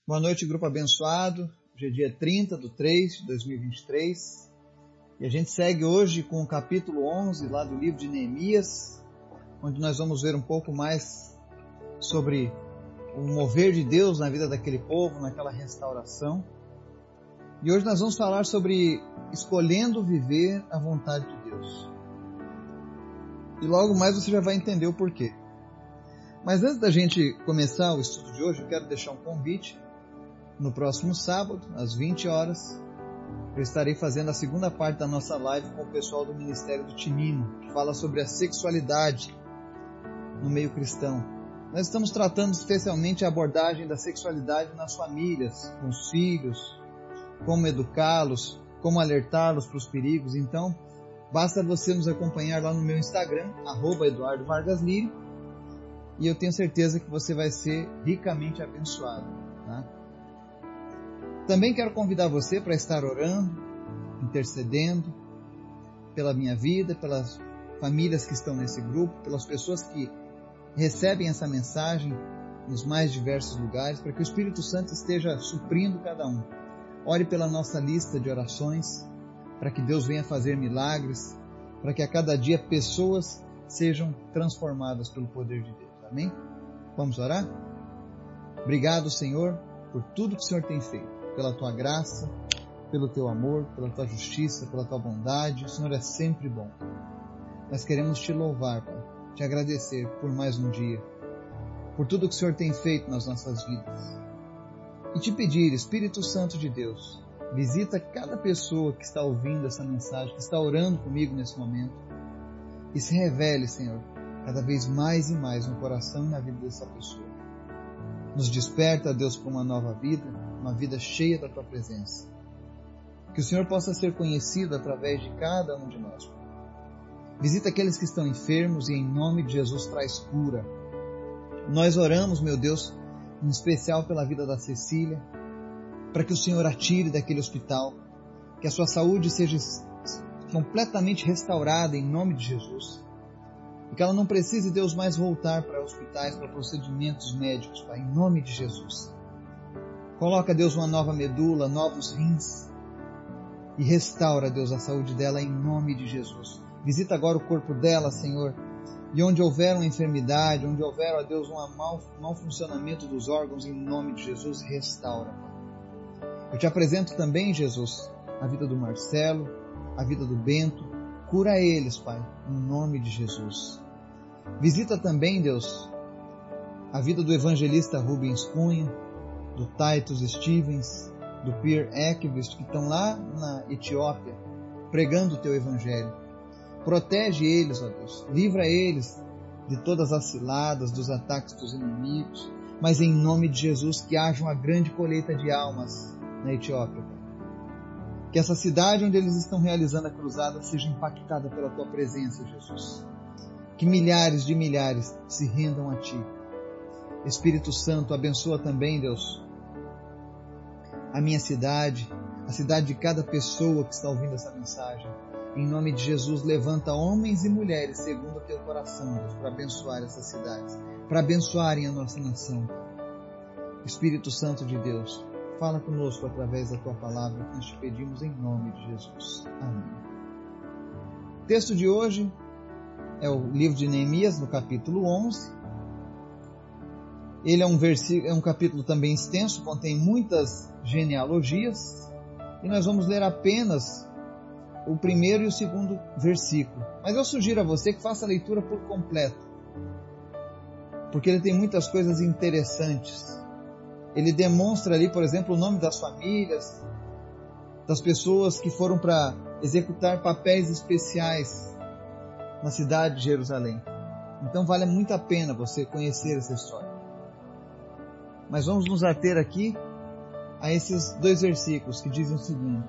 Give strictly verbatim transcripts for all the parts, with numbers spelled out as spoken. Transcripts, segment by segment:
Boa noite, grupo abençoado. Hoje é dia trinta de três de dois mil e vinte e três e a gente segue hoje com o capítulo onze lá do livro de Neemias, onde nós vamos ver um pouco mais sobre o mover de Deus na vida daquele povo, naquela restauração. E hoje nós vamos falar sobre escolhendo viver a vontade de Deus. E logo mais você já vai entender o porquê. Mas antes da gente começar o estudo de hoje, eu quero deixar um convite. No próximo sábado, às vinte horas, eu estarei fazendo a segunda parte da nossa live com o pessoal do Ministério do Timimo, que fala sobre a sexualidade no meio cristão. Nós estamos tratando especialmente a abordagem da sexualidade nas famílias, com os filhos, como educá-los, como alertá-los para os perigos. Então, basta você nos acompanhar lá no meu Instagram, arroba Eduardo Vargas Lire, e eu tenho certeza que você vai ser ricamente abençoado, tá? Também quero convidar você para estar orando, intercedendo pela minha vida, pelas famílias que estão nesse grupo, pelas pessoas que recebem essa mensagem nos mais diversos lugares, para que o Espírito Santo esteja suprindo cada um. Ore pela nossa lista de orações, para que Deus venha fazer milagres, para que a cada dia pessoas sejam transformadas pelo poder de Deus. Amém? Vamos orar? Obrigado, Senhor, por tudo que o Senhor tem feito, pela Tua graça, pelo Teu amor, pela Tua justiça, pela Tua bondade. O Senhor é sempre bom. Nós queremos Te louvar, Pai, Te agradecer por mais um dia, por tudo que o Senhor tem feito nas nossas vidas. E Te pedir, Espírito Santo de Deus, visita cada pessoa que está ouvindo essa mensagem, que está orando comigo nesse momento, e se revele, Senhor, cada vez mais e mais no coração e na vida dessa pessoa. Nos desperta, Deus, para uma nova vida, uma vida cheia da Tua presença. Que o Senhor possa ser conhecido através de cada um de nós. Visita aqueles que estão enfermos e em nome de Jesus traz cura. Nós oramos, meu Deus, em especial pela vida da Cecília, para que o Senhor a tire daquele hospital, que a sua saúde seja completamente restaurada em nome de Jesus. E que ela não precise, Deus, mais voltar para hospitais, para procedimentos médicos, Pai, em nome de Jesus. Coloca, Deus, uma nova medula, novos rins, e restaura, Deus, a saúde dela em nome de Jesus. Visita agora o corpo dela, Senhor, e onde houver uma enfermidade, onde houver, ó Deus, um mau, mau funcionamento dos órgãos, em nome de Jesus, restaura, Pai. Eu te apresento também, Jesus, a vida do Marcelo, a vida do Bento. Cura eles, Pai, em nome de Jesus. Visita também, Deus, a vida do evangelista Rubens Cunha, do Titus Stevens, do Pierre Ekvist, que estão lá na Etiópia, pregando o Teu Evangelho. Protege eles, ó Deus. Livra eles de todas as ciladas, dos ataques dos inimigos. Mas em nome de Jesus, que haja uma grande colheita de almas na Etiópia, Pai. Que essa cidade onde eles estão realizando a cruzada seja impactada pela Tua presença, Jesus. Que milhares de milhares se rendam a Ti. Espírito Santo, abençoa também, Deus, a minha cidade, a cidade de cada pessoa que está ouvindo essa mensagem. Em nome de Jesus, levanta homens e mulheres segundo o Teu coração, Deus, para abençoar essas cidades, para abençoarem a nossa nação. Espírito Santo de Deus, fala conosco através da Tua palavra, que nós te pedimos em nome de Jesus. Amém. O texto de hoje é o livro de Neemias, no capítulo onze. Ele é um, versículo, é um capítulo também extenso, contém muitas genealogias, e nós vamos ler apenas o primeiro e o segundo versículo. Mas eu sugiro a você que faça a leitura por completo, porque ele tem muitas coisas interessantes. Ele demonstra ali, por exemplo, o nome das famílias, das pessoas que foram para executar papéis especiais na cidade de Jerusalém. Então vale muito a pena você conhecer essa história. Mas vamos nos ater aqui a esses dois versículos que dizem o seguinte: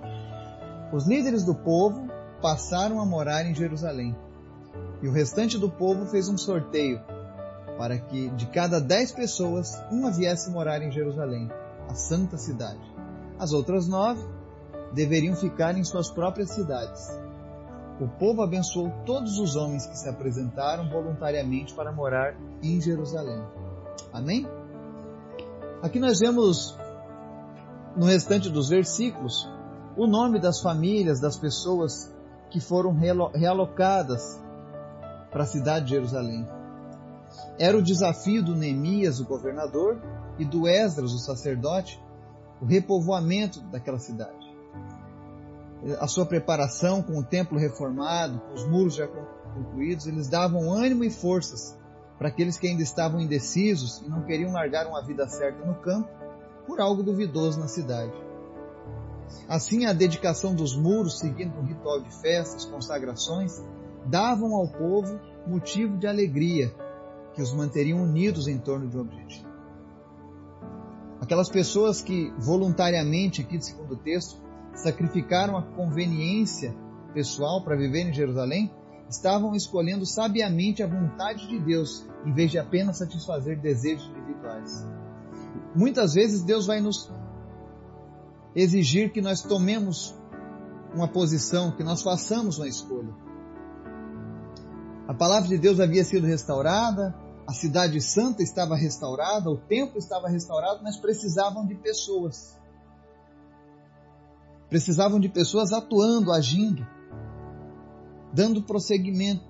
os líderes do povo passaram a morar em Jerusalém, e o restante do povo fez um sorteio para que de cada dez pessoas, uma viesse morar em Jerusalém, a santa cidade. As outras nove deveriam ficar em suas próprias cidades. O povo abençoou todos os homens que se apresentaram voluntariamente para morar em Jerusalém. Amém? Aqui nós vemos, no restante dos versículos, o nome das famílias, das pessoas que foram realocadas para a cidade de Jerusalém. Era o desafio do Neemias, o governador, e do Esdras, o sacerdote, o repovoamento daquela cidade. A sua preparação com o templo reformado, com os muros já concluídos, eles davam ânimo e forças para aqueles que ainda estavam indecisos e não queriam largar uma vida certa no campo por algo duvidoso na cidade. Assim, a dedicação dos muros, seguindo um ritual de festas, consagrações, davam ao povo motivo de alegria que os manteriam unidos em torno de um objetivo. Aquelas pessoas que voluntariamente, aqui do segundo texto, sacrificaram a conveniência pessoal para viver em Jerusalém, estavam escolhendo sabiamente a vontade de Deus, em vez de apenas satisfazer desejos individuais. Muitas vezes Deus vai nos exigir que nós tomemos uma posição, que nós façamos uma escolha. A palavra de Deus havia sido restaurada, a cidade santa estava restaurada, o templo estava restaurado, mas precisavam de pessoas. Precisavam de pessoas atuando, agindo, dando prosseguimento.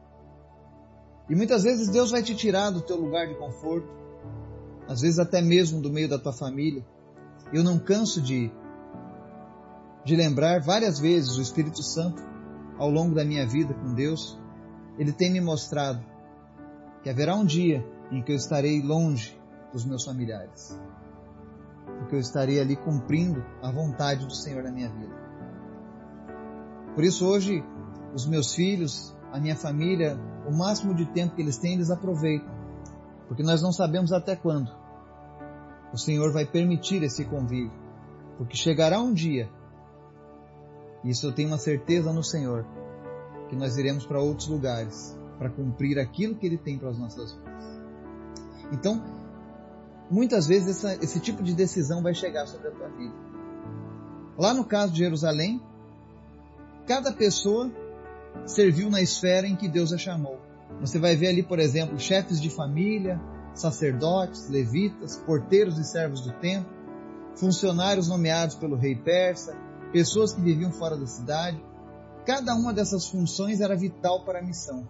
E muitas vezes Deus vai te tirar do teu lugar de conforto, às vezes até mesmo do meio da tua família. Eu não canso de, de lembrar várias vezes o Espírito Santo, ao longo da minha vida com Deus, Ele tem me mostrado que haverá um dia em que eu estarei longe dos meus familiares, porque eu estarei ali cumprindo a vontade do Senhor na minha vida. Por isso hoje, os meus filhos, a minha família, o máximo de tempo que eles têm, eles aproveitam, porque nós não sabemos até quando o Senhor vai permitir esse convívio, porque chegará um dia, e isso eu tenho uma certeza no Senhor, que nós iremos para outros lugares, para cumprir aquilo que Ele tem para as nossas vidas. Então, muitas vezes essa, esse tipo de decisão vai chegar sobre a tua vida. Lá no caso de Jerusalém, cada pessoa serviu na esfera em que Deus a chamou. Você vai ver ali, por exemplo, chefes de família, sacerdotes, levitas, porteiros e servos do templo, funcionários nomeados pelo rei persa, pessoas que viviam fora da cidade. Cada uma dessas funções era vital para a missão.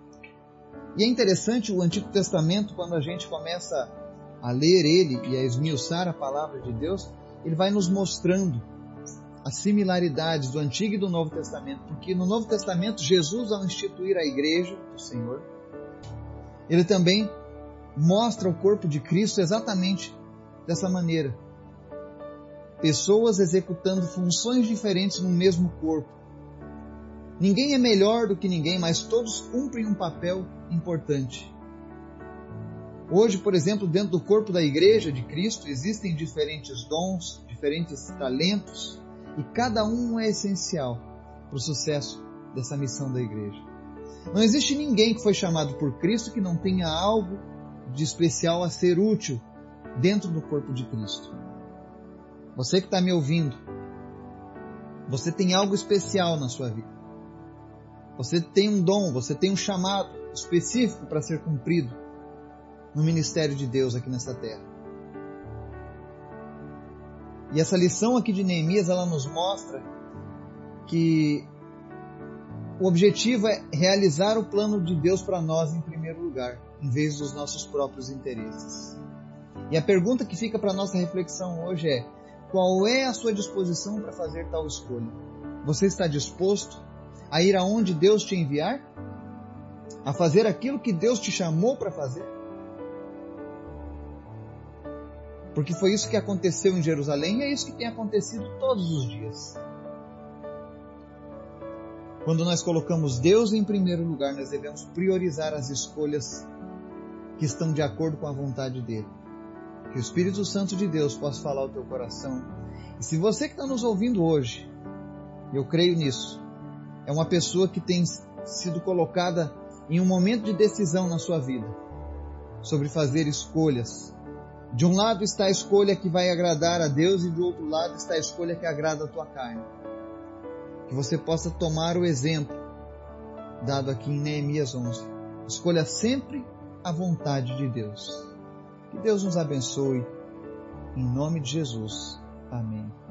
E é interessante o Antigo Testamento, quando a gente começa a ler ele e a esmiuçar a palavra de Deus, ele vai nos mostrando as similaridades do Antigo e do Novo Testamento, porque no Novo Testamento, Jesus, ao instituir a igreja do Senhor, ele também mostra o corpo de Cristo exatamente dessa maneira. Pessoas executando funções diferentes no mesmo corpo. Ninguém é melhor do que ninguém, mas todos cumprem um papel importante. Hoje, por exemplo, dentro do corpo da igreja de Cristo, existem diferentes dons, diferentes talentos, e cada um é essencial para o sucesso dessa missão da igreja. Não existe ninguém que foi chamado por Cristo que não tenha algo de especial a ser útil dentro do corpo de Cristo. Você que está me ouvindo, você tem algo especial na sua vida. Você tem um dom, você tem um chamado específico para ser cumprido no ministério de Deus aqui nessa terra. E essa lição aqui de Neemias, ela nos mostra que o objetivo é realizar o plano de Deus para nós em primeiro lugar, em vez dos nossos próprios interesses. E a pergunta que fica para a nossa reflexão hoje é: qual é a sua disposição para fazer tal escolha? Você está disposto a ir aonde Deus te enviar? A fazer aquilo que Deus te chamou para fazer? Porque foi isso que aconteceu em Jerusalém e é isso que tem acontecido todos os dias. Quando nós colocamos Deus em primeiro lugar, nós devemos priorizar as escolhas que estão de acordo com a vontade dEle. Que o Espírito Santo de Deus possa falar ao teu coração. E se você que está nos ouvindo hoje, eu creio nisso, é uma pessoa que tem sido colocada em um momento de decisão na sua vida, sobre fazer escolhas. De um lado está a escolha que vai agradar a Deus e do outro lado está a escolha que agrada a tua carne. Que você possa tomar o exemplo dado aqui em Neemias onze. Escolha sempre a vontade de Deus. Que Deus nos abençoe Em nome de Jesus. Amém.